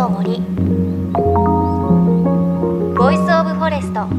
の森ボイスオブフォレスト。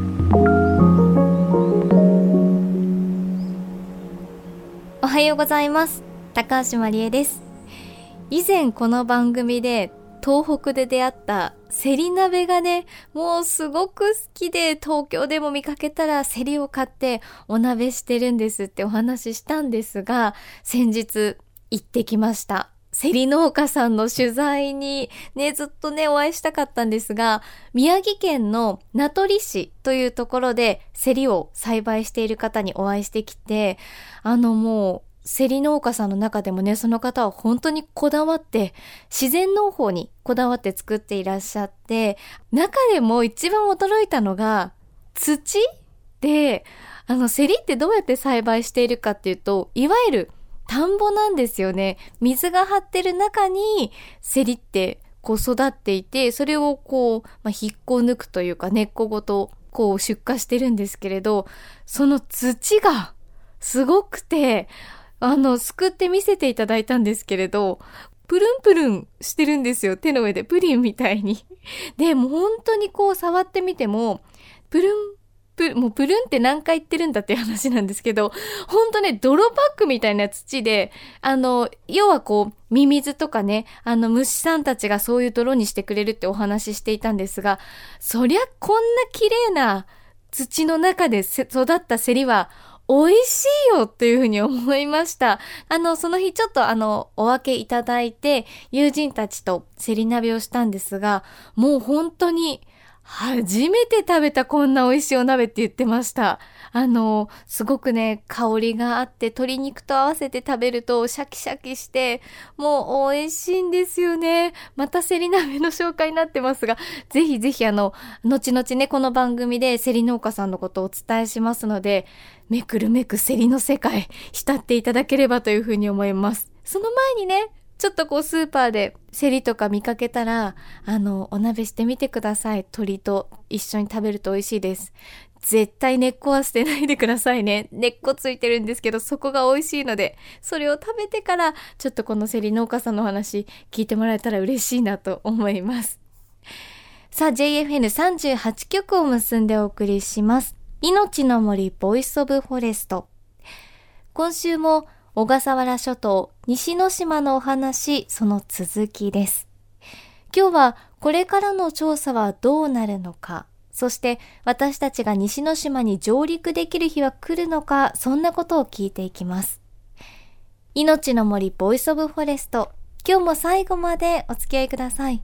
おはようございます。高橋まりえです。以前この番組で東北で出会ったセリ鍋がね、もうすごく好きで、東京でも見かけたらセリを買ってお鍋してるんですってお話ししたんですが、先日行ってきました。セリ農家さんの取材にね、ずっとね、お会いしたかったんですが、宮城県の名取市というところでセリを栽培している方にお会いしてきて、もうセリ農家さんの中でもね、その方は本当にこだわって自然農法にこだわって作っていらっしゃって、中でも一番驚いたのが土で、セリってどうやって栽培しているかっていうと、いわゆる田んぼなんですよね。水が張ってる中にセリってこう育っていて、それをこう、引っこ抜くというか根っこごとこう出荷してるんですけれど、その土がすごくて、すくって見せていただいたんですけれど、プルンプルンしてるんですよ。手の上でプリンみたいに。で、もう本当にこう触ってみても、もうプルンって何回言ってるんだっていう話なんですけど、本当ね、泥パックみたいな土で、要はこう、ミミズとかね、虫さんたちがそういう泥にしてくれるってお話ししていたんですが、そりゃこんな綺麗な土の中で育ったセリは、美味しいよっていうふうに思いました。その日ちょっとお分けいただいて、友人たちとセリ鍋をしたんですが、もう本当に初めて食べたこんな美味しいお鍋って言ってました。すごくね、香りがあって、鶏肉と合わせて食べるとシャキシャキして、もう美味しいんですよね。またセリ鍋の紹介になってますが、ぜひぜひ後々ね、この番組でセリ農家さんのことをお伝えしますので、めくるめくセリの世界、浸っていただければというふうに思います。その前にね、ちょっとこうスーパーでセリとか見かけたら、お鍋してみてください。鶏と一緒に食べると美味しいです。絶対根っこは捨てないでくださいね。根っこついてるんですけど、そこが美味しいので、それを食べてから、ちょっとこのセリ農家さんの話聞いてもらえたら嬉しいなと思います。さあ、JFN38 曲を結んでお送りします。命の森ボイスオブフォレスト。今週も小笠原諸島西之島のお話、その続きです。今日はこれからの調査はどうなるのか、そして私たちが西之島に上陸できる日は来るのか、そんなことを聞いていきます。命の森ボイスオブフォレスト、今日も最後までお付き合いください。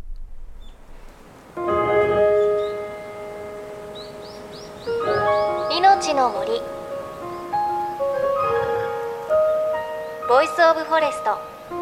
命の森ボイスオブフォレスト。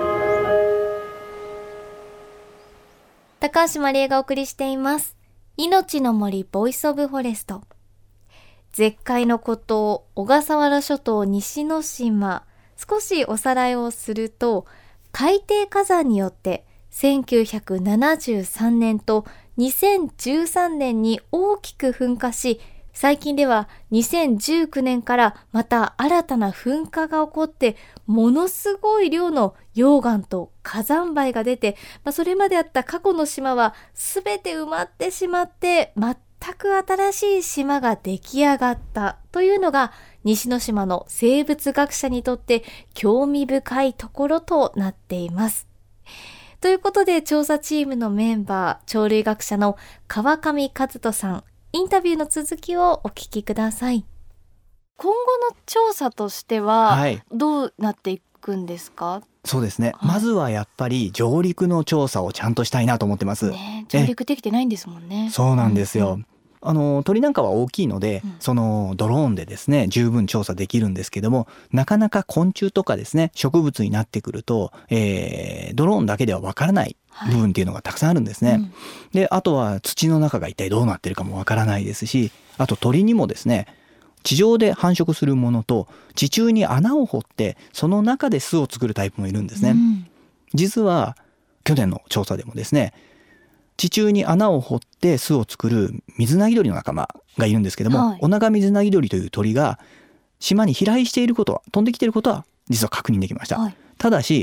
高橋まりえがお送りしています。命の森ボイスオブフォレスト。絶海の孤島小笠原諸島西之島、少しおさらいをすると、海底火山によって1973年と2013年に大きく噴火し、最近では2019年からまた新たな噴火が起こって、ものすごい量の溶岩と火山灰が出て、それまであった過去の島は全て埋まってしまって、全く新しい島が出来上がったというのが、西之島の生物学者にとって興味深いところとなっています。ということで、調査チームのメンバー、鳥類学者の川上和人さん、インタビューの続きをお聞きください。今後の調査としては、どうなっていくんですか？ そうですね、まずはやっぱり上陸の調査をちゃんとしたいなと思ってます、 上陸できてないんですもんね。 そうなんですよ、鳥なんかは大きいので、そのドローンでですね十分調査できるんですけども、なかなか昆虫とかですね植物になってくると、ドローンだけではわからない部分っていうのがたくさんあるんですね、であとは土の中が一体どうなってるかもわからないですし、あと鳥にもですね、地上で繁殖するものと地中に穴を掘ってその中で巣を作るタイプもいるんですね、実は去年の調査でもですね、地中に穴を掘って巣を作るミズナギドリの仲間がいるんですけども、オナガミズナギドリという鳥が島に飛来していることは、飛んできていることは実は確認できました、ただし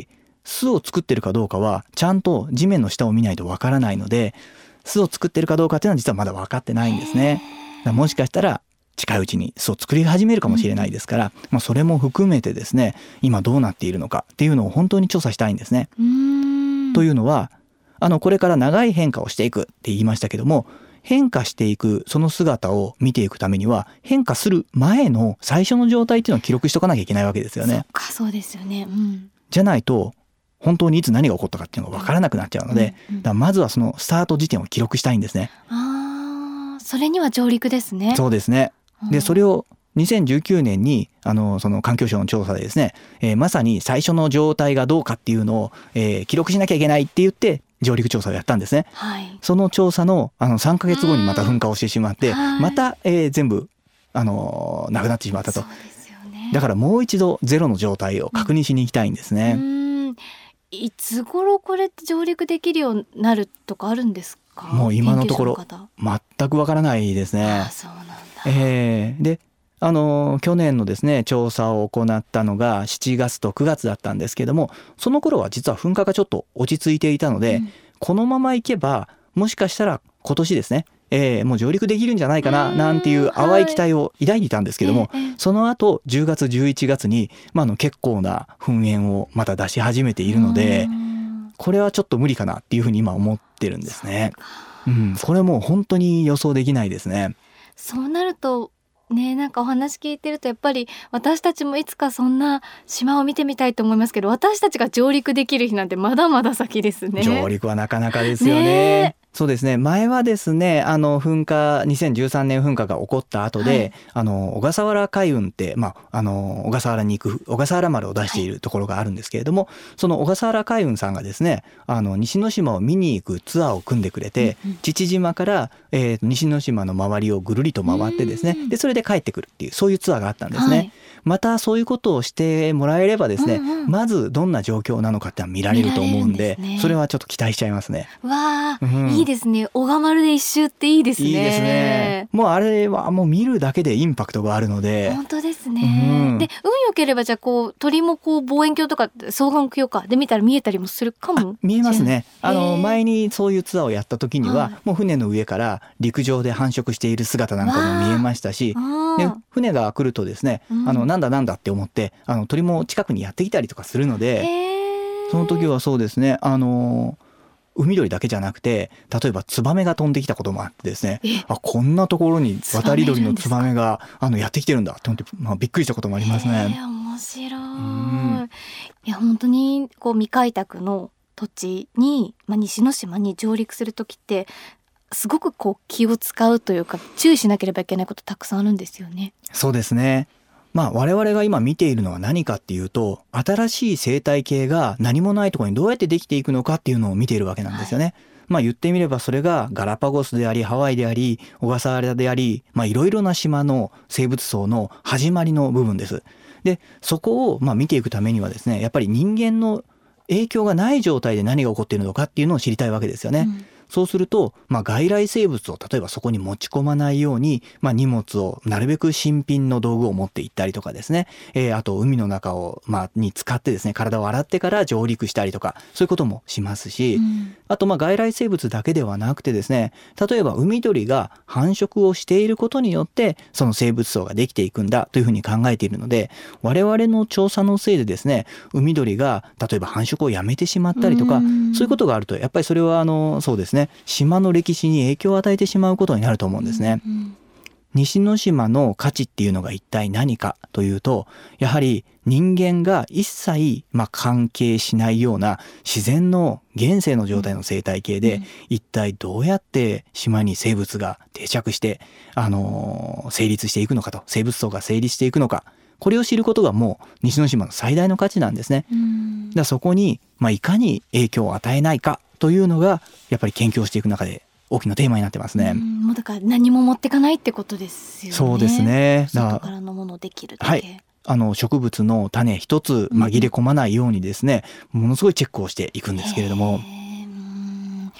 巣を作ってるかどうかはちゃんと地面の下を見ないとわからないので、巣を作ってるかどうかっていうのは実はまだ分かってないんですね。だからもしかしたら近いうちに巣を作り始めるかもしれないですから、それも含めてですね、今どうなっているのかっていうのを本当に調査したいんですね。というのはこれから長い変化をしていくって言いましたけども、変化していくその姿を見ていくためには、変化する前の最初の状態っていうのを記録しとかなきゃいけないわけですよね。 そうですよね、 じゃないと本当にいつ何が起こったかっていうのが分からなくなっちゃうので、だからまずはそのスタート時点を記録したいんですね。 それには上陸ですね。 そうですね。でそれを2019年にその環境省の調査でですね、まさに最初の状態がどうかっていうのを、記録しなきゃいけないって言って上陸調査をやったんですね。その調査の3ヶ月後にまた噴火をしてしまって、また、全部なくなってしまったと。 そうですよね。 だからもう一度ゼロの状態を確認しに行きたいんですね。 いつ頃これって上陸できるようになるとかあるんですか？ もう今のところ全くわからないですね。 そうなんだ。 で去年のですね調査を行ったのが7月と9月だったんですけども、その頃は実は噴火がちょっと落ち着いていたので、このままいけばもしかしたら今年ですね、もう上陸できるんじゃないかななんていう淡い期待を抱いていたんですけども、その後10月11月に、結構な噴煙をまた出し始めているので、これはちょっと無理かなっていうふうに今思ってるんですね。これもう本当に予想できないですね。 そうなるとね、なんかお話聞いてるとやっぱり私たちもいつかそんな島を見てみたいと思いますけど、私たちが上陸できる日なんてまだまだ先ですね。 上陸はなかなかですよね。そうですね。前はですね、噴火2013年噴火が起こった後で、小笠原海運って、小笠原に行く小笠原丸を出しているところがあるんですけれども、その小笠原海運さんがですね、西之島を見に行くツアーを組んでくれて、父島から、西之島の周りをぐるりと回ってですね、でそれで帰ってくるっていう、そういうツアーがあったんですね。またそういうことをしてもらえればですね、まずどんな状況なのかってのは見られると思うんで、それはちょっと期待しちゃいますね。 わー、いいですね。小川丸で一周っていいですね。 いいですね。もうあれはもう見るだけでインパクトがあるので。 本当ですね。で運良ければじゃあ鳥も望遠鏡とか双眼鏡かで見たら見えたりもするかも。 見えますね。前にそういうツアーをやった時には、もう船の上から陸上で繁殖している姿なんかも見えましたし、で船が来るとですね、なんだって思って鳥も近くにやってきたりとかするので、その時はそうですね、海鳥だけじゃなくて、例えばツバメが飛んできたこともあってですね、こんなところに渡り鳥のツバメがやってきてるんだって思って、びっくりしたこともありますね。 面白い。いや本当に未開拓の土地に、西之島に上陸する時ってすごく気を使うというか注意しなければいけないことたくさんあるんですよね。 そうですね。我々が今見ているのは何かっていうと、新しい生態系が何もないところにどうやってできていくのかっていうのを見ているわけなんですよね。言ってみればそれがガラパゴスであり、ハワイであり、小笠原であり、いろいろな島の生物層の始まりの部分です。でそこを見ていくためにはですね、やっぱり人間の影響がない状態で何が起こっているのかっていうのを知りたいわけですよね。そうすると、外来生物を例えばそこに持ち込まないように、荷物をなるべく新品の道具を持って行ったりとかですね、あと海の中を、に使ってですね、体を洗ってから上陸したりとか、そういうこともしますし、あと外来生物だけではなくてですね、例えば海鳥が繁殖をしていることによってその生物層ができていくんだというふうに考えているので、我々の調査のせいでですね、海鳥が例えば繁殖をやめてしまったりとか、そういうことがあると、やっぱりそれはそうですね、島の歴史に影響を与えてしまうことになると思うんですね。西之島の価値っていうのが一体何かというと、やはり人間が一切関係しないような自然の現世の状態の生態系で、一体どうやって島に生物が定着して成立していくのかと、生物層が成立していくのか、これを知ることがもう西之島の最大の価値なんですね。だからそこにいかに影響を与えないかというのがやっぱり研究をしていく中で大きなテーマになってますね。 もうだから何も持ってかないってことですよね。 そうですね。 外からのものできるだけ。 植物の種一つ紛れ込まないようにですね、ものすごいチェックをしていくんですけれども。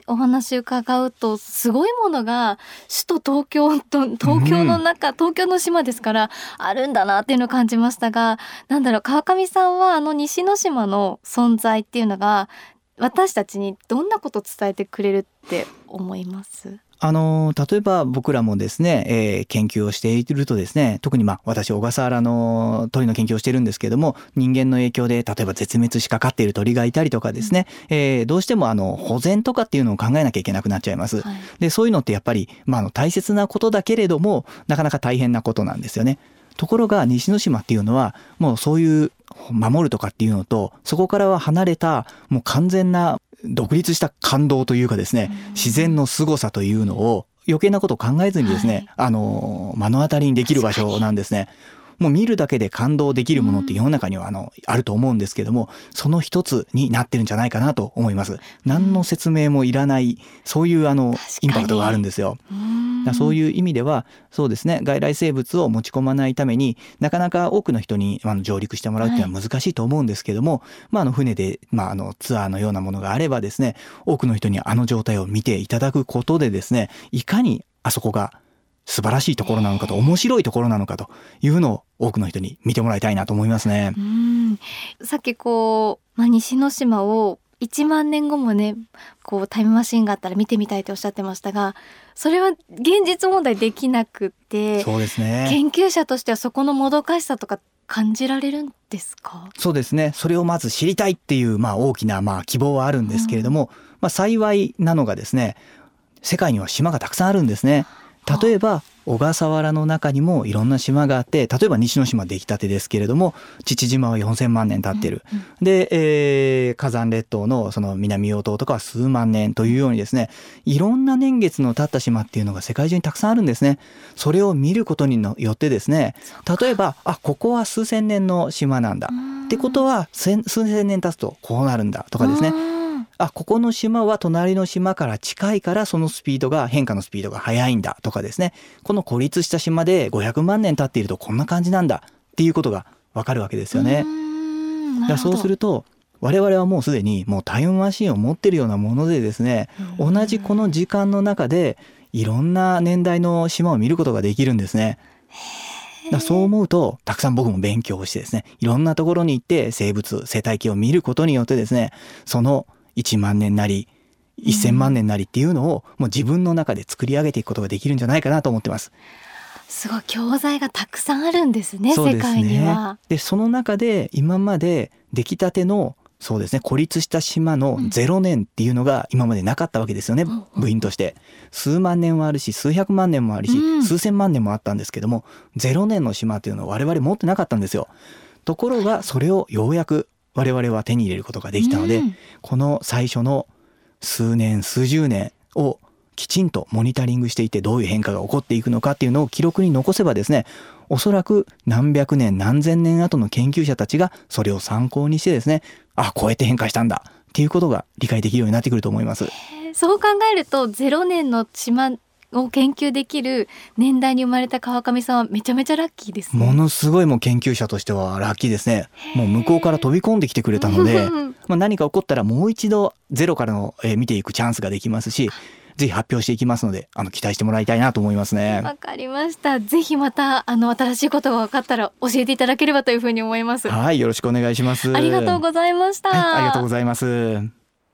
お話伺うとすごいものが首都東京の中、東京の島ですからあるんだなっていうのを感じましたが、川上さんは西之島の存在っていうのが私たちにどんなことを伝えてくれるって思います？ 例えば僕らもですね、研究をしているとですね、特に私小笠原の鳥の研究をしているんですけれども、人間の影響で例えば絶滅しかかっている鳥がいたりとかですね、どうしても保全とかっていうのを考えなきゃいけなくなっちゃいます。はい、でそういうのってやっぱり、大切なことだけれどもなかなか大変なことなんですよね。ところが西之島っていうのはもうそういう守るとかっていうのとそこからは離れたもう完全な独立した感動というかですね、自然の凄さというのを余計なことを考えずにですね、目の当たりにできる場所なんですね。もう見るだけで感動できるものって世の中にはあると思うんですけども、その一つになってるんじゃないかなと思います。何の説明もいらない、そういうインパクトがあるんですよ。そういう意味ではそうですね、外来生物を持ち込まないためになかなか多くの人に上陸してもらうっていうのは難しいと思うんですけども、船で、ツアーのようなものがあればですね、多くの人に状態を見ていただくことでですね、いかにあそこが素晴らしいところなのかと面白いところなのかというのを多くの人に見てもらいたいなと思いますね。 さっき西之島を1万年後もねタイムマシンがあったら見てみたいとおっしゃってましたが、それは現実問題できなくて、 そうですね、 研究者としてはそこのもどかしさとか感じられるんですか？ そうですね、それをまず知りたいっていう大きな希望はあるんですけれども、幸いなのがですね、世界には島がたくさんあるんですね。例えば小笠原の中にもいろんな島があって、例えば西之島出来たてですけれども父島は4000万年経ってる、で、火山列島のその南硫黄島とかは数万年というようにですね、いろんな年月の経った島っていうのが世界中にたくさんあるんですね。それを見ることによってですね、例えばここは数千年の島なんだってことは数千年経つとこうなるんだとかですね、ここの島は隣の島から近いからその変化のスピードが速いんだとかですね、この孤立した島で500万年経っているとこんな感じなんだっていうことがわかるわけですよね。そうすると我々はもうすでにタイムマシンを持っているようなものでですね、同じこの時間の中でいろんな年代の島を見ることができるんですね。そう思うとたくさん僕も勉強をしてですね、いろんなところに行って生物生態系を見ることによってですね、その1万年なり1000万年なりっていうのをもう自分の中で作り上げていくことができるんじゃないかなと思ってます。 すごい教材がたくさんあるんですね、世界には。 でその中で今まで出来たてのそうですね、孤立した島の0年っていうのが今までなかったわけですよね、部員として。数万年もあるし数百万年もあるし、数千万年もあったんですけども、0年の島っていうのを我々持ってなかったんですよ。ところがそれをようやく我々は手に入れることができたので、この最初の数年数十年をきちんとモニタリングしていて、どういう変化が起こっていくのかっていうのを記録に残せばですね、おそらく何百年何千年後の研究者たちがそれを参考にしてですね、こうやって変化したんだっていうことが理解できるようになってくると思います。 そう考えると0年の島を研究できる年代に生まれた川上さんはめちゃめちゃラッキーですね。 ものすごい研究者としてはラッキーですね。もう向こうから飛び込んできてくれたので何か起こったらもう一度ゼロからの見ていくチャンスができますし、ぜひ発表していきますので期待してもらいたいなと思いますね。 わかりました。ぜひまた新しいことが分かったら教えていただければというふうに思います。 はい、よろしくお願いします。 ありがとうございました。 ありがとうございます。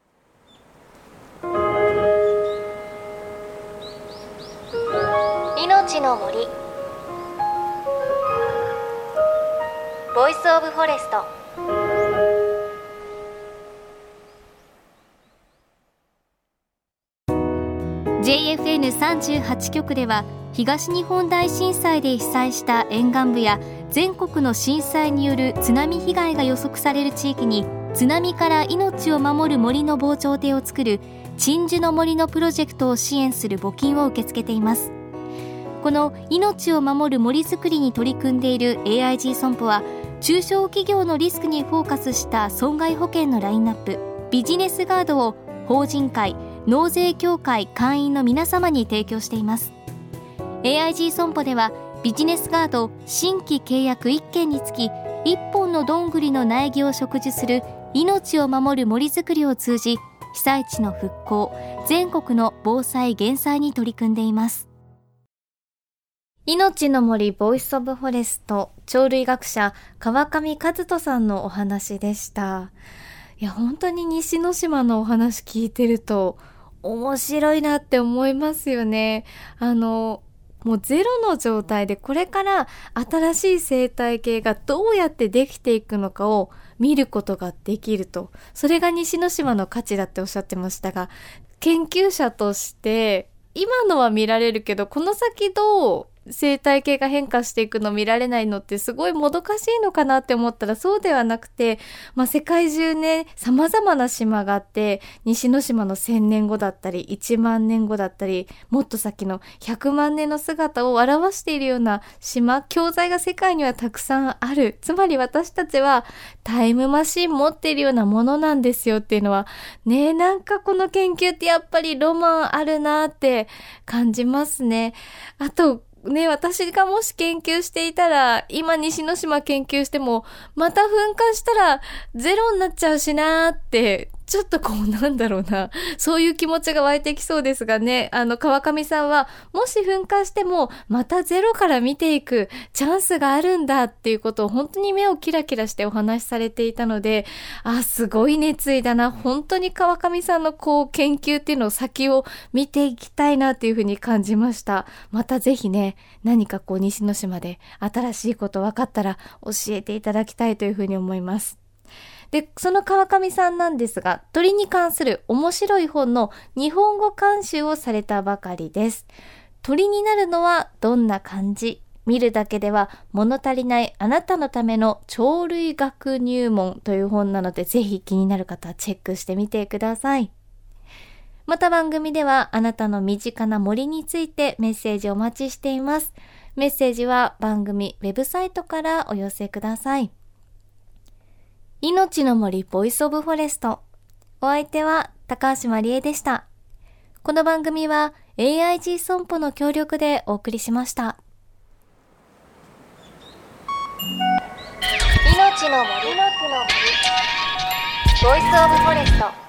命の森ボイスオブフォレスト。JFN38 局では東日本大震災で被災した沿岸部や全国の震災による津波被害が予測される地域に津波から命を守る森の防潮堤を作る鎮守の森のプロジェクトを支援する募金を受け付けています。この命を守る森づくりに取り組んでいる AIG 損保は中小企業のリスクにフォーカスした損害保険のラインナップビジネスガードを法人会納税協会会員の皆様に提供しています。 AIG 損保ではビジネスガード新規契約1件につき1本のどんぐりの苗木を植樹する命を守る森づくりを通じ被災地の復興、全国の防災減災に取り組んでいます。命の森ボイスオブフォレスト、鳥類学者川上和人さんのお話でした。いや、本当に西之島のお話聞いてると面白いなって思いますよね。もうゼロの状態でこれから新しい生態系がどうやってできていくのかを見ることができると。それが西之島の価値だっておっしゃってましたが、研究者として今のは見られるけど、この先どう生態系が変化していくの見られないのってすごいもどかしいのかなって思ったら、そうではなくて、世界中ね、様々な島があって、西之島の1000年後だったり1万年後だったり、もっと先の100万年の姿を表しているような島、教材が世界にはたくさんある。つまり私たちはタイムマシン持っているようなものなんですよっていうのはね、なんかこの研究ってやっぱりロマンあるなって感じますね。あとね、私がもし研究していたら、今西之島研究しても、また噴火したらゼロになっちゃうしなーって、ちょっとそういう気持ちが湧いてきそうですがね、川上さんは、もし噴火しても、またゼロから見ていくチャンスがあるんだっていうことを本当に目をキラキラしてお話しされていたので、すごい熱意だな。本当に川上さんの研究っていうのを先を見ていきたいなっていうふうに感じました。またぜひね、何か西之島で新しいこと分かったら教えていただきたいというふうに思います。で、その川上さんなんですが、鳥に関する面白い本の日本語監修をされたばかりです。鳥になるのはどんな感じ？見るだけでは物足りないあなたのための鳥類学入門という本なので、ぜひ気になる方はチェックしてみてください。また番組ではあなたの身近な森についてメッセージをお待ちしています。メッセージは番組ウェブサイトからお寄せください。命の森ボイスオブフォレスト。お相手は高橋まりえでした。この番組は AIG 損保の協力でお送りしました。命の森ボイスオブフォレスト。